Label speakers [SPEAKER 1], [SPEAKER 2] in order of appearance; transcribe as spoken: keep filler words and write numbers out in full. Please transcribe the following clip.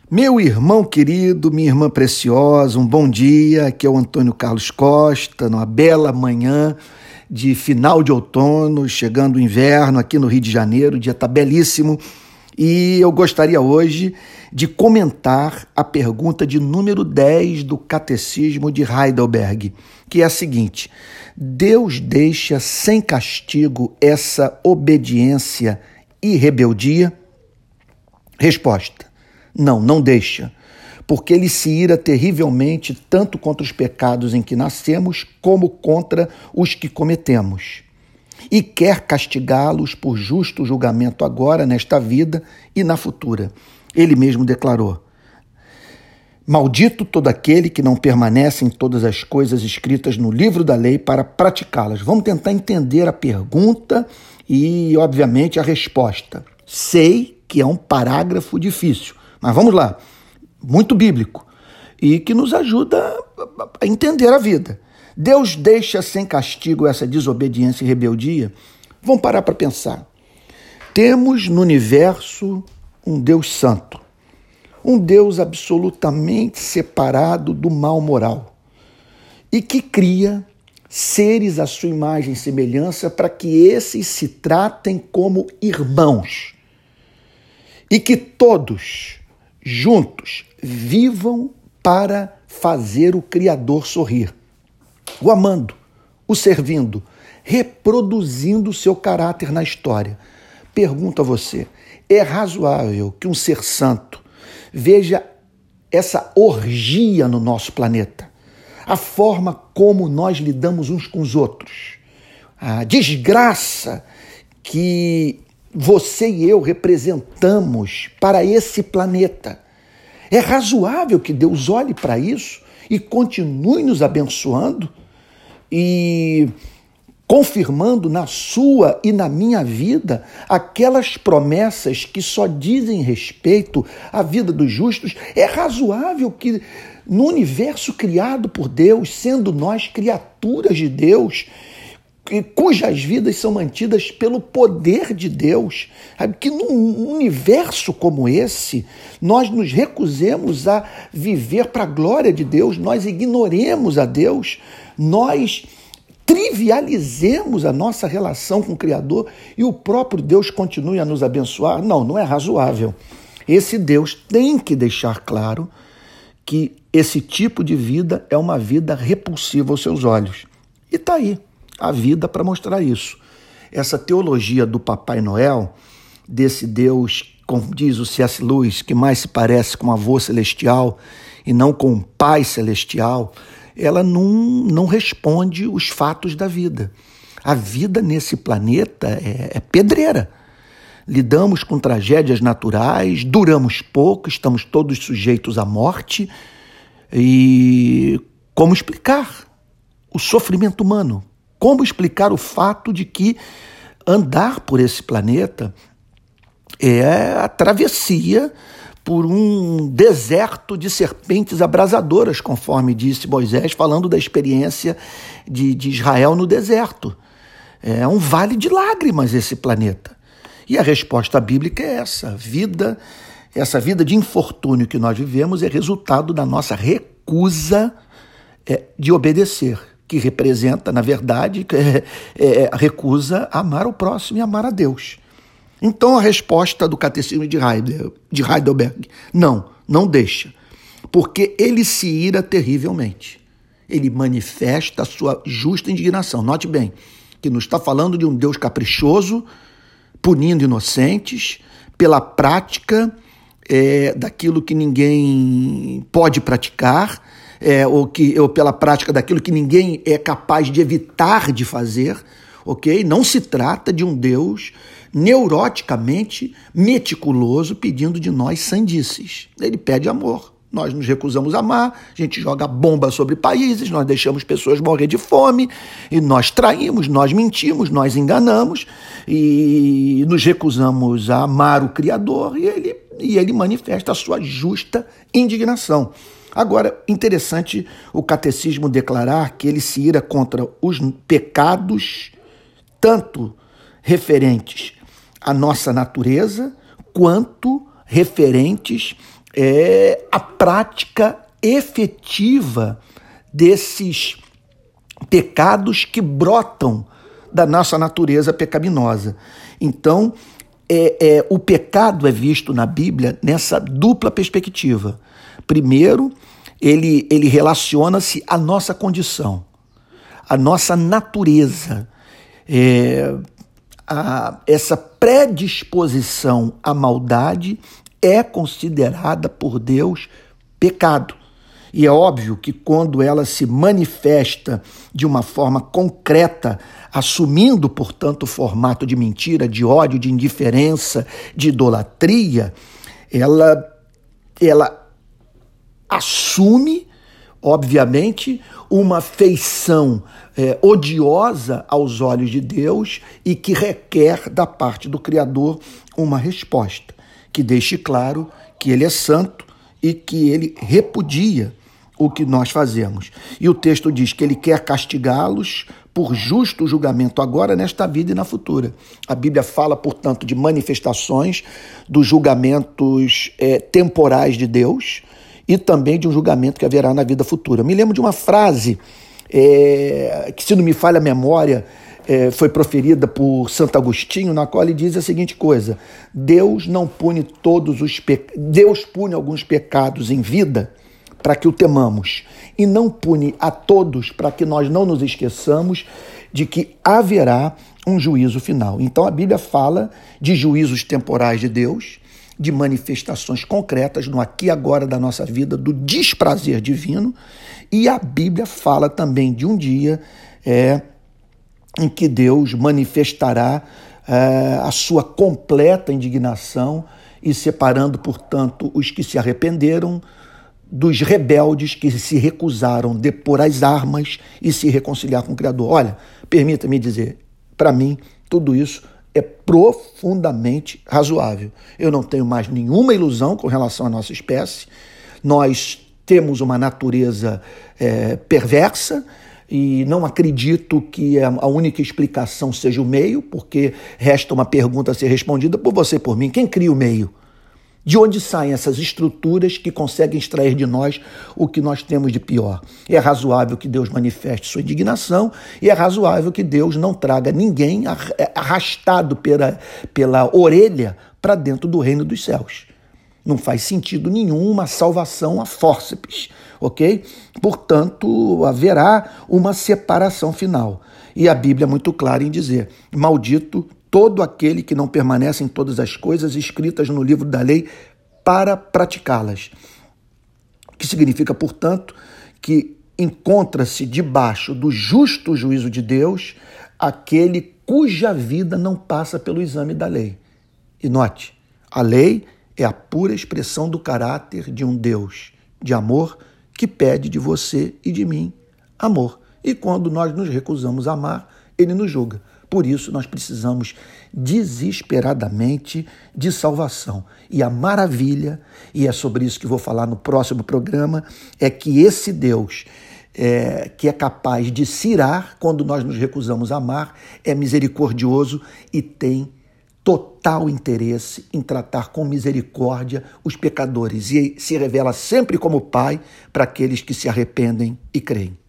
[SPEAKER 1] Meu irmão querido, minha irmã preciosa, um bom dia. Aqui é o Antônio Carlos Costa, numa bela manhã de final de outono, chegando o inverno aqui no Rio de Janeiro. O dia está belíssimo e eu gostaria hoje de comentar a pergunta de número dez do Catecismo de Heidelberg, que é a seguinte: Deus deixa sem castigo essa obediência e rebeldia? Resposta: não, não deixa, porque ele se ira terrivelmente tanto contra os pecados em que nascemos como contra os que cometemos, e quer castigá-los por justo julgamento agora, nesta vida e na futura. Ele mesmo declarou: maldito todo aquele que não permanece em todas as coisas escritas no livro da lei para praticá-las. Vamos tentar entender a pergunta e, obviamente, a resposta. Sei que é um parágrafo difícil, mas vamos lá, muito bíblico, e que nos ajuda a entender a vida. Deus deixa sem castigo essa desobediência e rebeldia? Vamos parar para pensar. Temos no universo um Deus santo, um Deus absolutamente separado do mal moral e que cria seres à sua imagem e semelhança para que esses se tratem como irmãos e que todos juntos vivam para fazer o Criador sorrir, o amando, o servindo, reproduzindo o seu caráter na história. Pergunto a você: é razoável que um ser santo veja essa orgia no nosso planeta? A forma como nós lidamos uns com os outros, a desgraça que você e eu representamos para esse planeta. É razoável que Deus olhe para isso e continue nos abençoando e confirmando na sua e na minha vida aquelas promessas que só dizem respeito à vida dos justos? É razoável que no universo criado por Deus, sendo nós criaturas de Deus, cujas vidas são mantidas pelo poder de Deus, que num universo como esse, nós nos recusemos a viver para a glória de Deus, nós ignoremos a Deus, nós trivializemos a nossa relação com o Criador e o próprio Deus continue a nos abençoar? Não, não é razoável. Esse Deus tem que deixar claro que esse tipo de vida é uma vida repulsiva aos seus olhos. E está aí a vida para mostrar isso. Essa teologia do Papai Noel, desse Deus, como diz o C S Lewis, que mais se parece com um avô celestial e não com um pai celestial, ela não, não responde os fatos da vida. A vida nesse planeta é, é pedreira. Lidamos com tragédias naturais, duramos pouco, estamos todos sujeitos à morte. E como explicar o sofrimento humano? Como explicar o fato de que andar por esse planeta é a travessia por um deserto de serpentes abrasadoras, conforme disse Moisés, falando da experiência de, de Israel no deserto. É um vale de lágrimas esse planeta. E a resposta bíblica é essa. Vida, essa vida de infortúnio que nós vivemos é resultado da nossa recusa é, de obedecer, que representa, na verdade, é, é, a recusa a amar o próximo e amar a Deus. Então a resposta do Catecismo de Heidelberg, de Heidelberg, não, não deixa, porque ele se ira terrivelmente. Ele manifesta a sua justa indignação. Note bem, que não está falando de um Deus caprichoso, punindo inocentes pela prática é, daquilo que ninguém pode praticar, É, ou, que, ou pela prática daquilo que ninguém é capaz de evitar de fazer, ok? Não se trata de um Deus neuroticamente meticuloso pedindo de nós sandices. Ele pede amor. Nós nos recusamos a amar, a gente joga bomba sobre países, nós deixamos pessoas morrer de fome, e nós traímos, nós mentimos, nós enganamos, e nos recusamos a amar o Criador, e ele, e ele manifesta a sua justa indignação. Agora, interessante o catecismo declarar que ele se ira contra os pecados, tanto referentes à nossa natureza, quanto referentes é a prática efetiva desses pecados que brotam da nossa natureza pecaminosa. Então, é, é, o pecado é visto na Bíblia nessa dupla perspectiva. Primeiro, ele, ele relaciona-se à nossa condição, à nossa natureza. É, a, essa predisposição à maldade é considerada por Deus pecado. E é óbvio que quando ela se manifesta de uma forma concreta, assumindo, portanto, o formato de mentira, de ódio, de indiferença, de idolatria, ela, ela assume, obviamente, uma feição é, odiosa aos olhos de Deus e que requer da parte do Criador uma resposta, que deixe claro que ele é santo e que ele repudia o que nós fazemos. E o texto diz que ele quer castigá-los por justo julgamento agora, nesta vida e na futura. A Bíblia fala, portanto, de manifestações dos julgamentos é, temporais de Deus e também de um julgamento que haverá na vida futura. Me lembro de uma frase é, que, se não me falha a memória, é, foi proferida por Santo Agostinho, na qual ele diz a seguinte coisa: Deus não pune todos os pecados, Deus pune alguns pecados em vida para que o temamos, e não pune a todos para que nós não nos esqueçamos de que haverá um juízo final. Então a Bíblia fala de juízos temporais de Deus, de manifestações concretas no aqui e agora da nossa vida, do desprazer divino, e a Bíblia fala também de um dia é, em que Deus manifestará é, a sua completa indignação e separando, portanto, os que se arrependeram dos rebeldes que se recusaram a depor as armas e se reconciliar com o Criador. Olha, permita-me dizer, para mim, tudo isso é profundamente razoável. Eu não tenho mais nenhuma ilusão com relação à nossa espécie. Nós temos uma natureza é, perversa e não acredito que a única explicação seja o meio, porque resta uma pergunta a ser respondida por você e por mim. Quem cria o meio? De onde saem essas estruturas que conseguem extrair de nós o que nós temos de pior? É razoável que Deus manifeste sua indignação e é razoável que Deus não traga ninguém arrastado pela, pela orelha para dentro do reino dos céus. Não faz sentido nenhum uma salvação a fórceps, ok? Portanto, haverá uma separação final. E a Bíblia é muito clara em dizer: maldito todo aquele que não permanece em todas as coisas escritas no livro da lei para praticá-las. O que significa, portanto, que encontra-se debaixo do justo juízo de Deus aquele cuja vida não passa pelo exame da lei. E note, a lei é a pura expressão do caráter de um Deus de amor que pede de você e de mim amor. E quando nós nos recusamos a amar, ele nos julga. Por isso, nós precisamos desesperadamente de salvação. E a maravilha, e é sobre isso que vou falar no próximo programa, é que esse Deus, é, que é capaz de se irar quando nós nos recusamos a amar, é misericordioso e tem total interesse em tratar com misericórdia os pecadores. E se revela sempre como Pai para aqueles que se arrependem e creem.